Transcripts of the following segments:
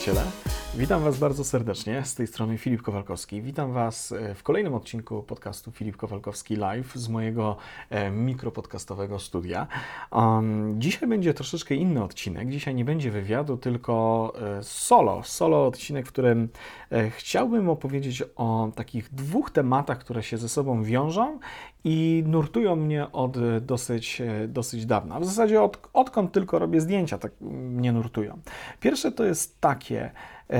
przyjaciele, witam Was bardzo serdecznie, z tej strony Filip Kowalkowski. Witam Was w kolejnym odcinku podcastu Filip Kowalkowski Live z mojego mikropodcastowego studia. Dzisiaj będzie troszeczkę inny odcinek, dzisiaj nie będzie wywiadu, tylko solo odcinek, w którym chciałbym opowiedzieć o takich dwóch tematach, które się ze sobą wiążą i nurtują mnie od dosyć dawna. W zasadzie odkąd tylko robię zdjęcia, tak mnie nurtują. Pierwsze to jest takie,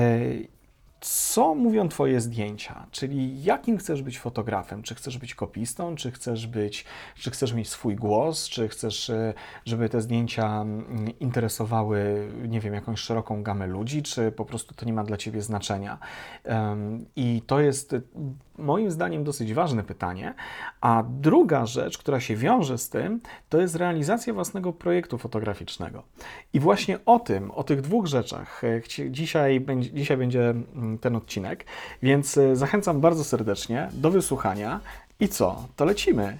co mówią Twoje zdjęcia, czyli jakim chcesz być fotografem, czy chcesz być kopistą, czy chcesz mieć swój głos, czy chcesz, żeby te zdjęcia interesowały, nie wiem, jakąś szeroką gamę ludzi, czy po prostu to nie ma dla Ciebie znaczenia. I to jest moim zdaniem dosyć ważne pytanie. A druga rzecz, która się wiąże z tym, to jest realizacja własnego projektu fotograficznego. I właśnie o tych dwóch rzeczach dzisiaj będzie ten odcinek, więc zachęcam bardzo serdecznie do wysłuchania. I co? To lecimy!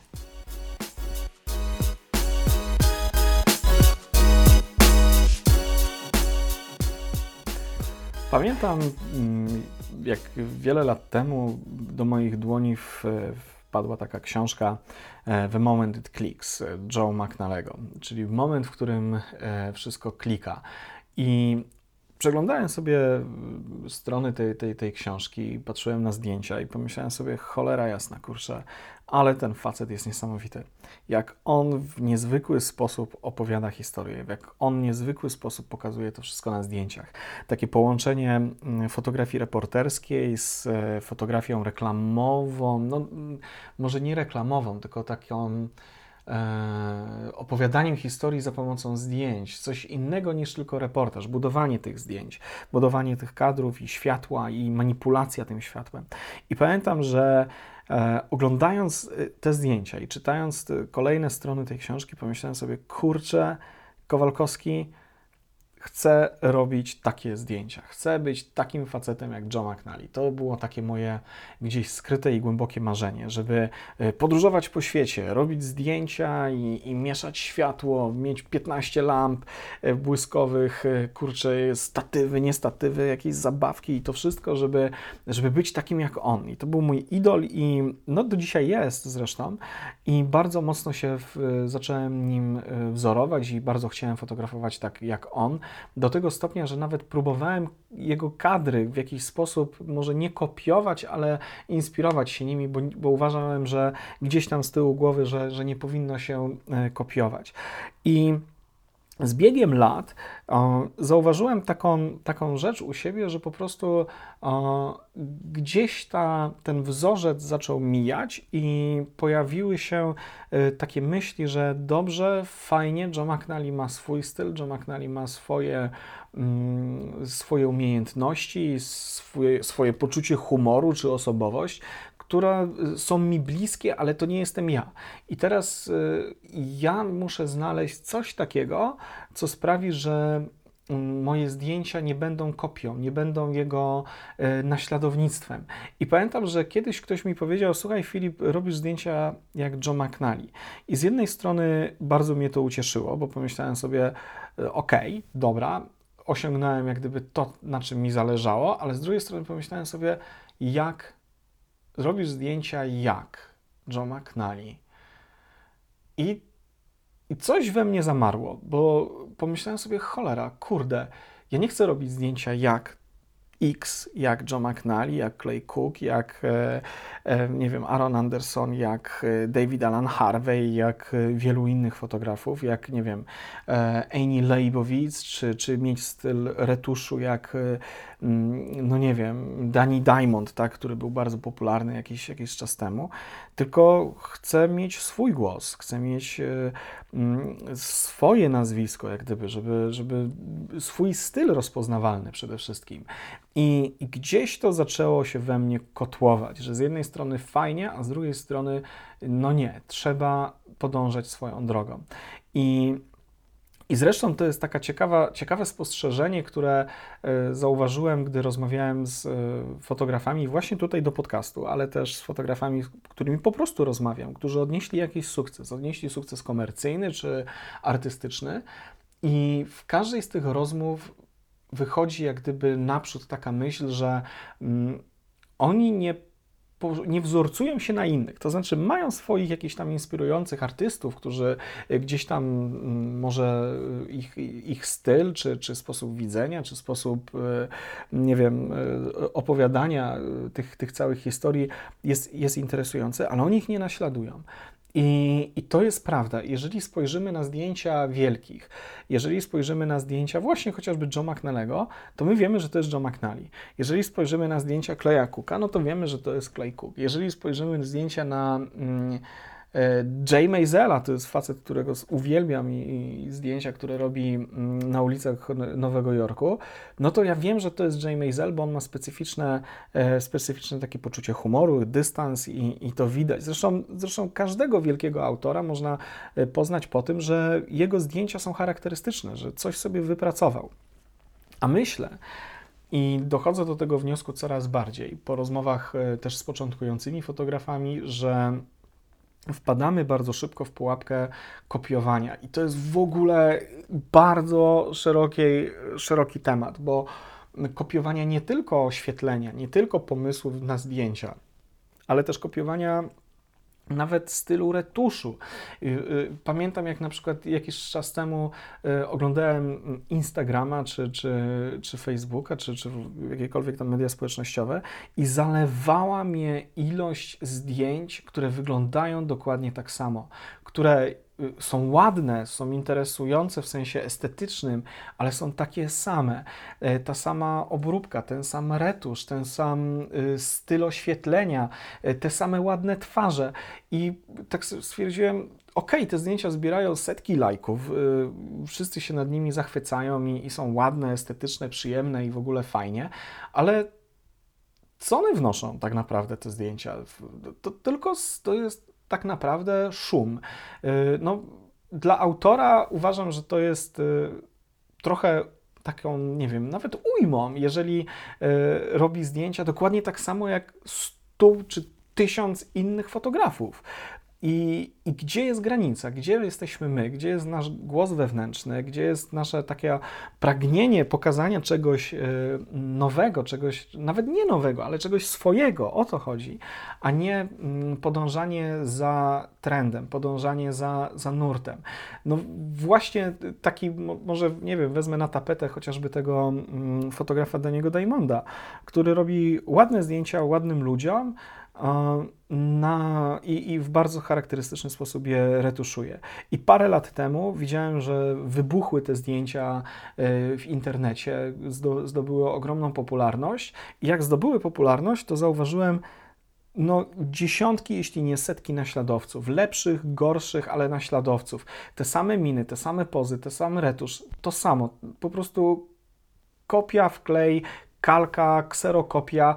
Pamiętam, jak wiele lat temu do moich dłoni wpadła taka książka The Moment It Clicks Joe McNally'ego, czyli moment, w którym wszystko klika. I przeglądałem sobie strony tej książki, patrzyłem na zdjęcia i pomyślałem sobie, cholera jasna, kurczę, ale ten facet jest niesamowity. Jak on w niezwykły sposób opowiada historię, jak on w niezwykły sposób pokazuje to wszystko na zdjęciach. Takie połączenie fotografii reporterskiej z fotografią reklamową, no może nie reklamową, tylko taką opowiadaniem historii za pomocą zdjęć, coś innego niż tylko reportaż, budowanie tych zdjęć, budowanie tych kadrów i światła i manipulacja tym światłem. I pamiętam, że oglądając te zdjęcia i czytając kolejne strony tej książki, pomyślałem sobie, kurczę, Kowalkowski, chcę robić takie zdjęcia, chcę być takim facetem jak Joe McNally. To było takie moje gdzieś skryte i głębokie marzenie, żeby podróżować po świecie, robić zdjęcia i mieszać światło, mieć 15 lamp błyskowych, kurczę, statywy, nie statywy, jakieś zabawki i to wszystko, żeby być takim jak on. I to był mój idol i no do dzisiaj jest zresztą i bardzo mocno się zacząłem nim wzorować i bardzo chciałem fotografować tak jak on. Do tego stopnia, że nawet próbowałem jego kadry w jakiś sposób może nie kopiować, ale inspirować się nimi, bo uważałem, że gdzieś tam z tyłu głowy, że nie powinno się kopiować. I z biegiem lat zauważyłem taką rzecz u siebie, że po prostu gdzieś ten wzorzec zaczął mijać i pojawiły się takie myśli, że dobrze, fajnie, Joe McNally ma swój styl, Joe McNally ma swoje umiejętności, swoje poczucie humoru czy osobowość, które są mi bliskie, ale to nie jestem ja. I teraz ja muszę znaleźć coś takiego, co sprawi, że moje zdjęcia nie będą kopią, nie będą jego naśladownictwem. I pamiętam, że kiedyś ktoś mi powiedział, słuchaj Filip, robisz zdjęcia jak Joe McNally. I z jednej strony bardzo mnie to ucieszyło, bo pomyślałem sobie, okej, dobra, osiągnąłem jak gdyby to, na czym mi zależało, ale z drugiej strony pomyślałem sobie, jak zrobisz zdjęcia jak Joe McNally. I coś we mnie zamarło, bo pomyślałem sobie, cholera, kurde, ja nie chcę robić zdjęcia jak X, jak Joe McNally, jak Clay Cook, jak, nie wiem, Aaron Anderson, jak David Alan Harvey, jak wielu innych fotografów, jak, nie wiem, Annie Leibovitz, czy mieć styl retuszu jak, no nie wiem, Danny Diamond, tak, który był bardzo popularny jakiś czas temu, tylko chcę mieć swój głos, chcę mieć swoje nazwisko, jak gdyby, żeby swój styl rozpoznawalny przede wszystkim. I gdzieś to zaczęło się we mnie kotłować, że z jednej strony fajnie, a z drugiej strony no nie, trzeba podążać swoją drogą. I zresztą to jest taka ciekawe spostrzeżenie, które zauważyłem, gdy rozmawiałem z fotografami właśnie tutaj do podcastu, ale też z fotografami, z którymi po prostu rozmawiam, którzy odnieśli jakiś sukces, odnieśli sukces komercyjny czy artystyczny i w każdej z tych rozmów wychodzi jak gdyby naprzód taka myśl, że oni nie wzorcują się na innych, to znaczy mają swoich jakichś tam inspirujących artystów, którzy gdzieś tam może ich styl, czy sposób widzenia, czy sposób, nie wiem, opowiadania tych całych historii jest interesujący, ale oni ich nie naśladują. I to jest prawda. Jeżeli spojrzymy na zdjęcia wielkich, jeżeli spojrzymy na zdjęcia właśnie chociażby Joe McNally'ego, to my wiemy, że to jest Joe McNally. Jeżeli spojrzymy na zdjęcia Claya Cooka, no to wiemy, że to jest Clay Cook. Jeżeli spojrzymy na zdjęcia na Jay Maisela, to jest facet, którego uwielbiam i zdjęcia, które robi na ulicach Nowego Jorku, no to ja wiem, że to jest Jay Maisel, bo on ma specyficzne takie poczucie humoru, dystans i to widać. Zresztą każdego wielkiego autora można poznać po tym, że jego zdjęcia są charakterystyczne, że coś sobie wypracował. A myślę, i dochodzę do tego wniosku coraz bardziej po rozmowach też z początkującymi fotografami, że wpadamy bardzo szybko w pułapkę kopiowania i to jest w ogóle bardzo szeroki temat, bo kopiowania nie tylko oświetlenia, nie tylko pomysłów na zdjęcia, ale też kopiowania nawet stylu retuszu. Pamiętam, jak na przykład jakiś czas temu oglądałem Instagrama, czy Facebooka, czy jakiekolwiek tam media społecznościowe i zalewała mnie ilość zdjęć, które wyglądają dokładnie tak samo, które są ładne, są interesujące w sensie estetycznym, ale są takie same. Ta sama obróbka, ten sam retusz, ten sam styl oświetlenia, te same ładne twarze. I tak stwierdziłem, okej, te zdjęcia zbierają setki lajków, wszyscy się nad nimi zachwycają i są ładne, estetyczne, przyjemne i w ogóle fajnie, ale co one wnoszą tak naprawdę, te zdjęcia? To jest tak naprawdę szum. No, dla autora uważam, że to jest trochę taką, nie wiem, nawet ujmą, jeżeli robi zdjęcia dokładnie tak samo jak 100 czy 1000 innych fotografów. I gdzie jest granica? Gdzie jesteśmy my? Gdzie jest nasz głos wewnętrzny? Gdzie jest nasze takie pragnienie pokazania czegoś nowego, czegoś nawet nie nowego, ale czegoś swojego, o to chodzi, a nie podążanie za trendem, podążanie za nurtem. No właśnie taki, może nie wiem, wezmę na tapetę chociażby tego fotografa Danny'ego Diamonda, który robi ładne zdjęcia ładnym ludziom, i w bardzo charakterystyczny sposób je retuszuje. I parę lat temu widziałem, że wybuchły te zdjęcia w internecie, zdobyły ogromną popularność i jak zdobyły popularność, to zauważyłem dziesiątki, jeśli nie setki naśladowców, lepszych, gorszych, ale naśladowców. Te same miny, te same pozy, ten sam retusz, to samo, po prostu kopia w klej, kalka, kserokopia.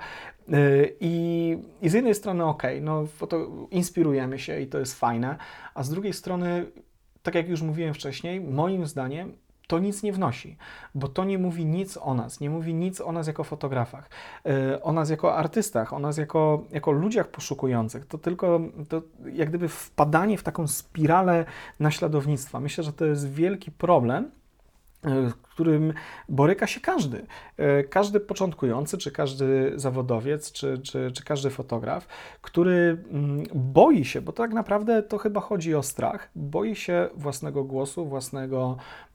I z jednej strony inspirujemy się i to jest fajne, a z drugiej strony, tak jak już mówiłem wcześniej, moim zdaniem to nic nie wnosi, bo to nie mówi nic o nas, nie mówi nic o nas jako fotografach, o nas jako artystach, o nas jako ludziach poszukujących. To tylko jak gdyby wpadanie w taką spiralę naśladownictwa. Myślę, że to jest wielki problem, z którym boryka się każdy. Każdy początkujący, czy każdy zawodowiec, czy każdy fotograf, który boi się, bo tak naprawdę to chyba chodzi o strach, boi się własnego głosu, własnego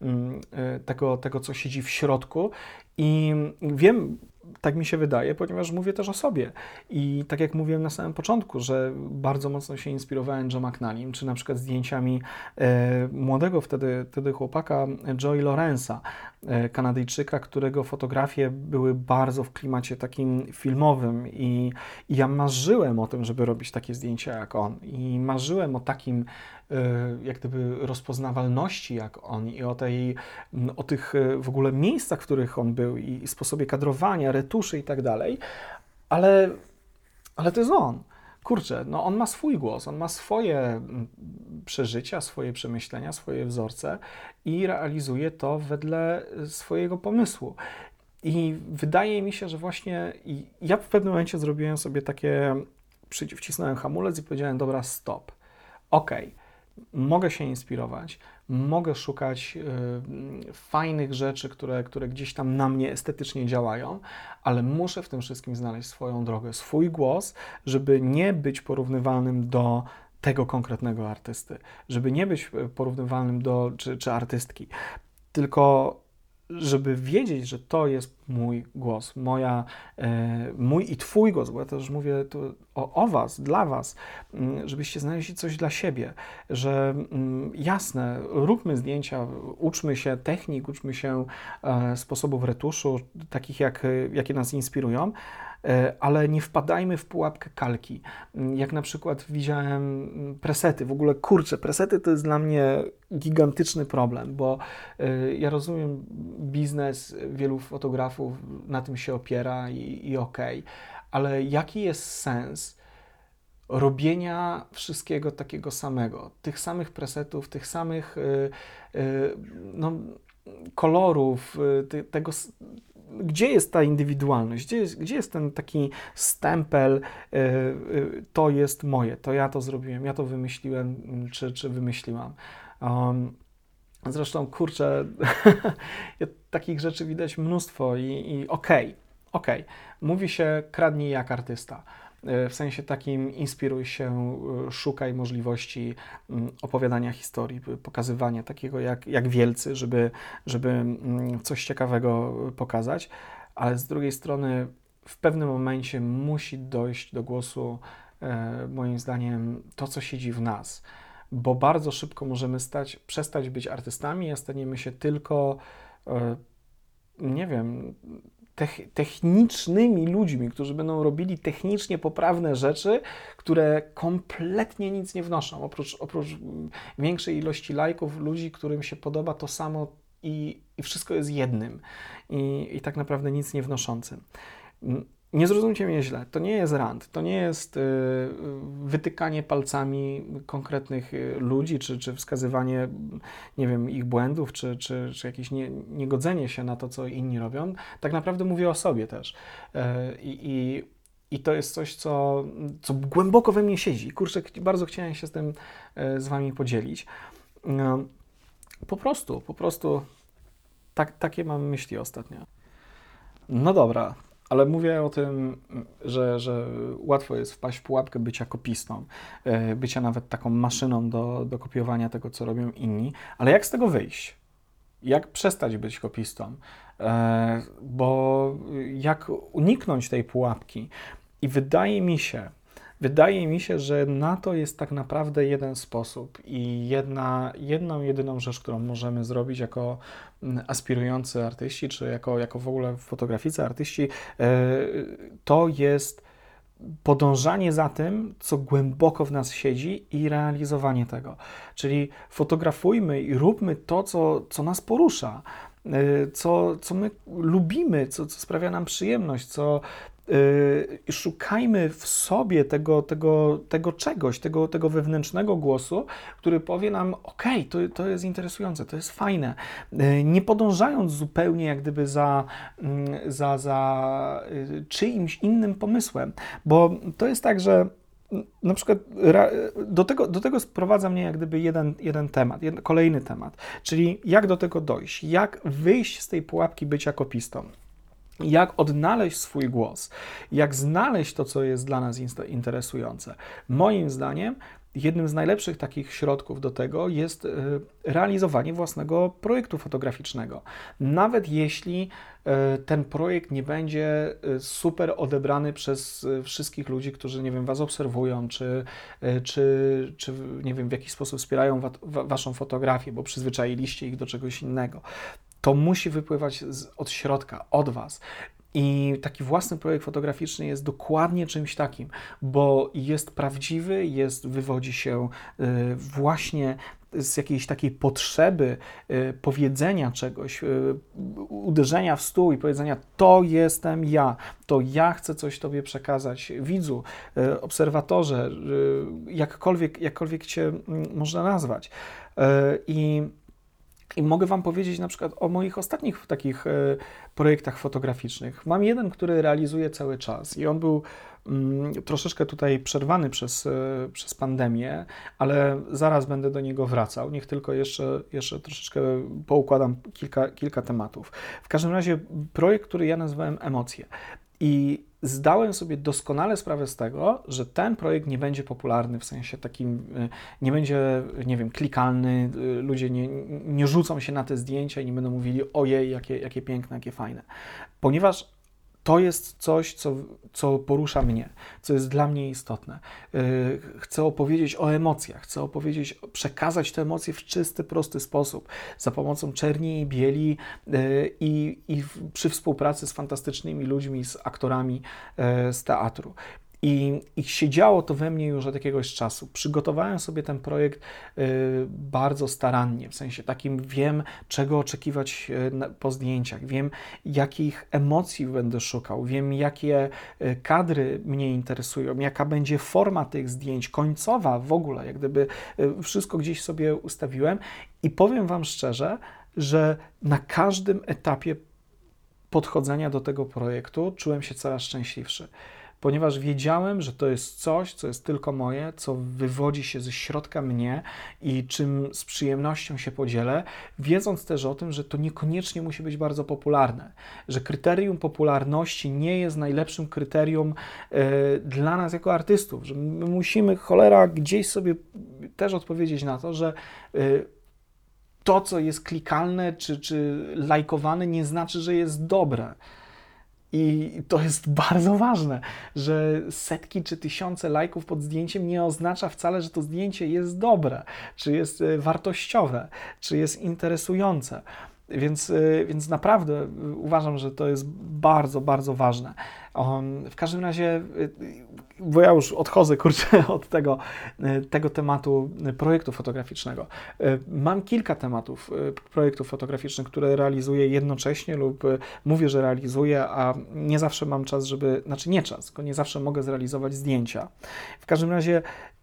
tego, co siedzi w środku i wiem, tak mi się wydaje, ponieważ mówię też o sobie. I tak jak mówiłem na samym początku, że bardzo mocno się inspirowałem Joe McNallym, czy na przykład zdjęciami młodego wtedy chłopaka Joey Lawrence'a, Kanadyjczyka, którego fotografie były bardzo w klimacie takim filmowym i ja marzyłem o tym, żeby robić takie zdjęcia jak on i marzyłem o takim jak gdyby rozpoznawalności jak on i o tych w ogóle miejscach, w których on był i sposobie kadrowania, retuszy i tak dalej, ale to jest on. Kurczę, on ma swój głos, on ma swoje przeżycia, swoje przemyślenia, swoje wzorce i realizuje to wedle swojego pomysłu. I wydaje mi się, że właśnie ja w pewnym momencie zrobiłem sobie wcisnąłem hamulec i powiedziałem, dobra, stop. Okej. mogę się inspirować, mogę szukać fajnych rzeczy, które gdzieś tam na mnie estetycznie działają, ale muszę w tym wszystkim znaleźć swoją drogę, swój głos, żeby nie być porównywalnym do tego konkretnego artysty, żeby nie być porównywalnym do czy artystki, tylko żeby wiedzieć, że to jest mój głos, mój i Twój głos, bo ja też mówię tu o Was, dla Was, żebyście znaleźli coś dla siebie, że jasne, róbmy zdjęcia, uczmy się technik, uczmy się sposobów retuszu, takich jakie nas inspirują, ale nie wpadajmy w pułapkę kalki. Jak na przykład widziałem presety, w ogóle kurczę, presety to jest dla mnie gigantyczny problem, bo ja rozumiem biznes wielu fotografów, na tym się opiera i okej, ale jaki jest sens robienia wszystkiego takiego samego, tych samych presetów, tych samych no, kolorów, tego, gdzie jest ta indywidualność, gdzie jest ten taki stempel, to jest moje, to ja to zrobiłem, ja to wymyśliłem, czy wymyśliłam. Zresztą, kurczę, takich rzeczy widać mnóstwo i okej. Mówi się kradnij jak artysta. W sensie takim inspiruj się, szukaj możliwości opowiadania historii, pokazywania takiego jak wielcy, żeby coś ciekawego pokazać, ale z drugiej strony w pewnym momencie musi dojść do głosu, moim zdaniem, to, co siedzi w nas, bo bardzo szybko możemy przestać być artystami, a staniemy się tylko, nie wiem, technicznymi ludźmi, którzy będą robili technicznie poprawne rzeczy, które kompletnie nic nie wnoszą, oprócz większej ilości lajków, ludzi, którym się podoba to samo i wszystko jest jednym i tak naprawdę nic nie wnoszącym. Nie zrozumcie mnie źle, to nie jest rant, to nie jest wytykanie palcami konkretnych ludzi, czy wskazywanie, nie wiem, ich błędów, czy jakieś niegodzenie się na to, co inni robią. Tak naprawdę mówię o sobie też. I to jest coś, co głęboko we mnie siedzi. Kurczę, bardzo chciałem się z tym z Wami podzielić. Po prostu takie mam myśli ostatnio. No dobra. Ale mówię o tym, że łatwo jest wpaść w pułapkę bycia kopistą, bycia nawet taką maszyną do kopiowania tego, co robią inni. Ale jak z tego wyjść? Jak przestać być kopistą? Bo jak uniknąć tej pułapki? I wydaje mi się, że na to jest tak naprawdę jeden sposób i jedną jedyną rzecz, którą możemy zrobić jako aspirujący artyści, czy jako w ogóle fotograficy artyści, to jest podążanie za tym, co głęboko w nas siedzi i realizowanie tego. Czyli fotografujmy i róbmy to, co nas porusza, co my lubimy, co sprawia nam przyjemność, szukajmy w sobie tego czegoś, tego wewnętrznego głosu, który powie nam, okej, to jest interesujące, to jest fajne. Nie podążając zupełnie jak gdyby za czyimś innym pomysłem, bo to jest tak, że na przykład do tego sprowadza mnie jak gdyby jeden temat, kolejny temat, czyli jak do tego dojść, jak wyjść z tej pułapki bycia kopistą. Jak odnaleźć swój głos, jak znaleźć to, co jest dla nas interesujące. Moim zdaniem jednym z najlepszych takich środków do tego jest realizowanie własnego projektu fotograficznego. Nawet jeśli ten projekt nie będzie super odebrany przez wszystkich ludzi, którzy, nie wiem, Was obserwują, czy nie wiem, w jakiś sposób wspierają Waszą fotografię, bo przyzwyczailiście ich do czegoś innego. To musi wypływać od środka, od Was. I taki własny projekt fotograficzny jest dokładnie czymś takim, bo jest prawdziwy, wywodzi się właśnie z jakiejś takiej potrzeby powiedzenia czegoś, uderzenia w stół i powiedzenia, to jestem ja, to ja chcę coś Tobie przekazać, widzu, obserwatorze, jakkolwiek Cię można nazwać. I mogę Wam powiedzieć na przykład o moich ostatnich takich projektach fotograficznych. Mam jeden, który realizuję cały czas i on był troszeczkę tutaj przerwany przez pandemię, ale zaraz będę do niego wracał. Niech tylko jeszcze troszeczkę poukładam kilka tematów. W każdym razie projekt, który ja nazwałem Emocje. I zdałem sobie doskonale sprawę z tego, że ten projekt nie będzie popularny, w sensie takim, nie będzie, nie wiem, klikalny, ludzie nie rzucą się na te zdjęcia i nie będą mówili ojej, jakie piękne, jakie fajne. Ponieważ to jest coś, co porusza mnie, co jest dla mnie istotne. Chcę opowiedzieć o emocjach, chcę przekazać te emocje w czysty, prosty sposób, za pomocą czerni i bieli i przy współpracy z fantastycznymi ludźmi, z aktorami z teatru. I siedziało to we mnie już od jakiegoś czasu. Przygotowałem sobie ten projekt bardzo starannie, w sensie takim wiem, czego oczekiwać po zdjęciach, wiem, jakich emocji będę szukał, wiem, jakie kadry mnie interesują, jaka będzie forma tych zdjęć, końcowa w ogóle, jak gdyby wszystko gdzieś sobie ustawiłem i powiem Wam szczerze, że na każdym etapie podchodzenia do tego projektu czułem się coraz szczęśliwszy, ponieważ wiedziałem, że to jest coś, co jest tylko moje, co wywodzi się ze środka mnie i czym z przyjemnością się podzielę, wiedząc też o tym, że to niekoniecznie musi być bardzo popularne, że kryterium popularności nie jest najlepszym kryterium dla nas jako artystów, że my musimy, cholera, gdzieś sobie też odpowiedzieć na to, że to, co jest klikalne czy lajkowane, nie znaczy, że jest dobre. I to jest bardzo ważne, że setki czy tysiące lajków pod zdjęciem nie oznacza wcale, że to zdjęcie jest dobre, czy jest wartościowe, czy jest interesujące. Więc naprawdę uważam, że to jest bardzo, bardzo ważne. W każdym razie, bo ja już odchodzę, kurczę, od tego tematu projektu fotograficznego. Mam kilka tematów projektów fotograficznych, które realizuję jednocześnie lub mówię, że realizuję, a nie zawsze mam czas, znaczy nie czas, tylko nie zawsze mogę zrealizować zdjęcia. W każdym razie,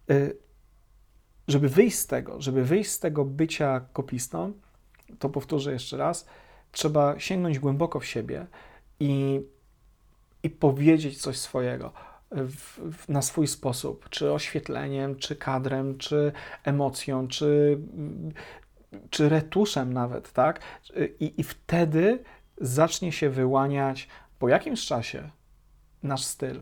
żeby wyjść z tego bycia kopistą, to powtórzę jeszcze raz, trzeba sięgnąć głęboko w siebie i powiedzieć coś swojego na swój sposób, czy oświetleniem, czy kadrem, czy emocją, czy retuszem nawet, tak? I wtedy zacznie się wyłaniać po jakimś czasie nasz styl,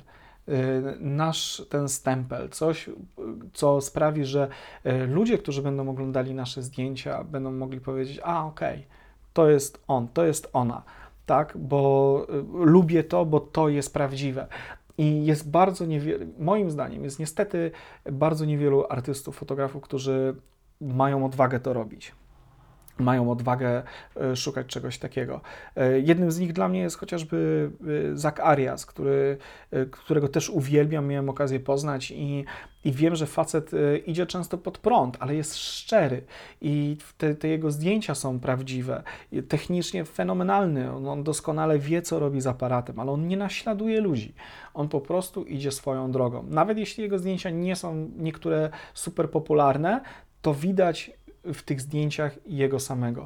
nasz ten stempel, coś, co sprawi, że ludzie, którzy będą oglądali nasze zdjęcia, będą mogli powiedzieć, okej, to jest on, to jest ona, tak, bo lubię to, bo to jest prawdziwe. I jest bardzo niewiele, moim zdaniem, jest niestety bardzo niewielu artystów, fotografów, którzy mają odwagę to robić. Mają odwagę szukać czegoś takiego. Jednym z nich dla mnie jest chociażby Zach Arias, którego też uwielbiam, miałem okazję poznać i wiem, że facet idzie często pod prąd, ale jest szczery i te jego zdjęcia są prawdziwe, technicznie fenomenalny, on doskonale wie, co robi z aparatem, ale on nie naśladuje ludzi, on po prostu idzie swoją drogą. Nawet jeśli jego zdjęcia nie są niektóre super popularne, to widać w tych zdjęciach jego samego.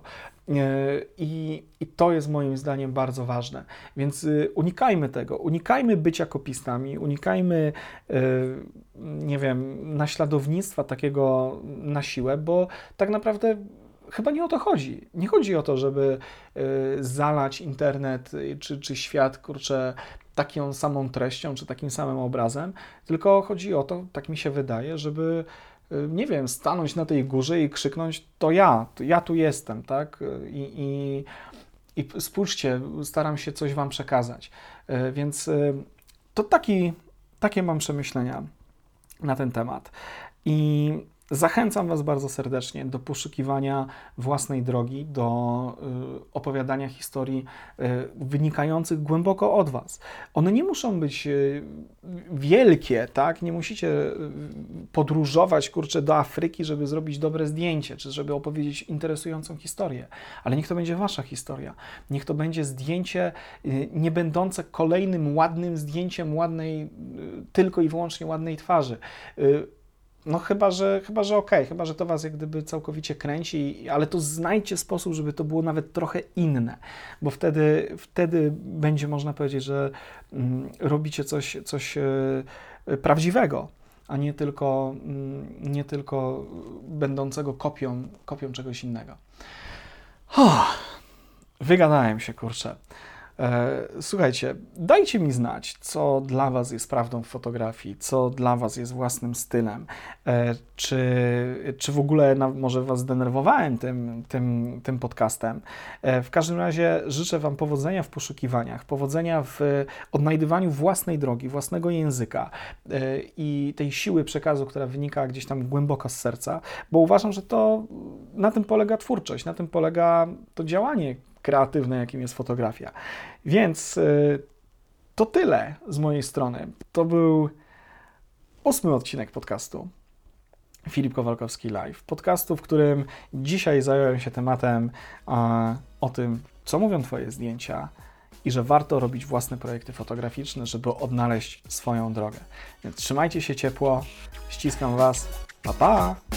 I to jest moim zdaniem bardzo ważne. Więc unikajmy tego, unikajmy bycia kopistami, unikajmy, nie wiem, naśladownictwa takiego na siłę, bo tak naprawdę chyba nie o to chodzi. Nie chodzi o to, żeby zalać internet czy świat, kurczę, taką samą treścią, czy takim samym obrazem, tylko chodzi o to, tak mi się wydaje, żeby nie wiem, stanąć na tej górze i krzyknąć, to ja tu jestem, tak? I spójrzcie, staram się coś Wam przekazać. Więc to takie mam przemyślenia na ten temat. I zachęcam Was bardzo serdecznie do poszukiwania własnej drogi, do opowiadania historii wynikających głęboko od Was. One nie muszą być wielkie, tak? Nie musicie podróżować, kurczę, do Afryki, żeby zrobić dobre zdjęcie, czy żeby opowiedzieć interesującą historię. Ale niech to będzie Wasza historia. Niech to będzie zdjęcie nie będące kolejnym ładnym zdjęciem ładnej, tylko i wyłącznie ładnej twarzy. no chyba że okej, chyba że to was jak gdyby całkowicie kręci, ale to znajdźcie sposób, żeby to było nawet trochę inne, bo wtedy będzie można powiedzieć, że robicie coś prawdziwego, a nie tylko będącego kopią czegoś innego. Wygadałem się, kurczę. Słuchajcie, dajcie mi znać, co dla was jest prawdą w fotografii, co dla was jest własnym stylem, czy w ogóle może was zdenerwowałem tym podcastem. W każdym razie życzę wam powodzenia w poszukiwaniach, powodzenia w odnajdywaniu własnej drogi, własnego języka i tej siły przekazu, która wynika gdzieś tam głęboko z serca, bo uważam, że na tym polega twórczość, na tym polega to działanie kreatywne, jakim jest fotografia. Więc to tyle z mojej strony. To był 8. odcinek podcastu Filip Kowalkowski Live. Podcastu, w którym dzisiaj zająłem się tematem o tym, co mówią twoje zdjęcia i że warto robić własne projekty fotograficzne, żeby odnaleźć swoją drogę. Więc trzymajcie się ciepło, ściskam was, pa pa!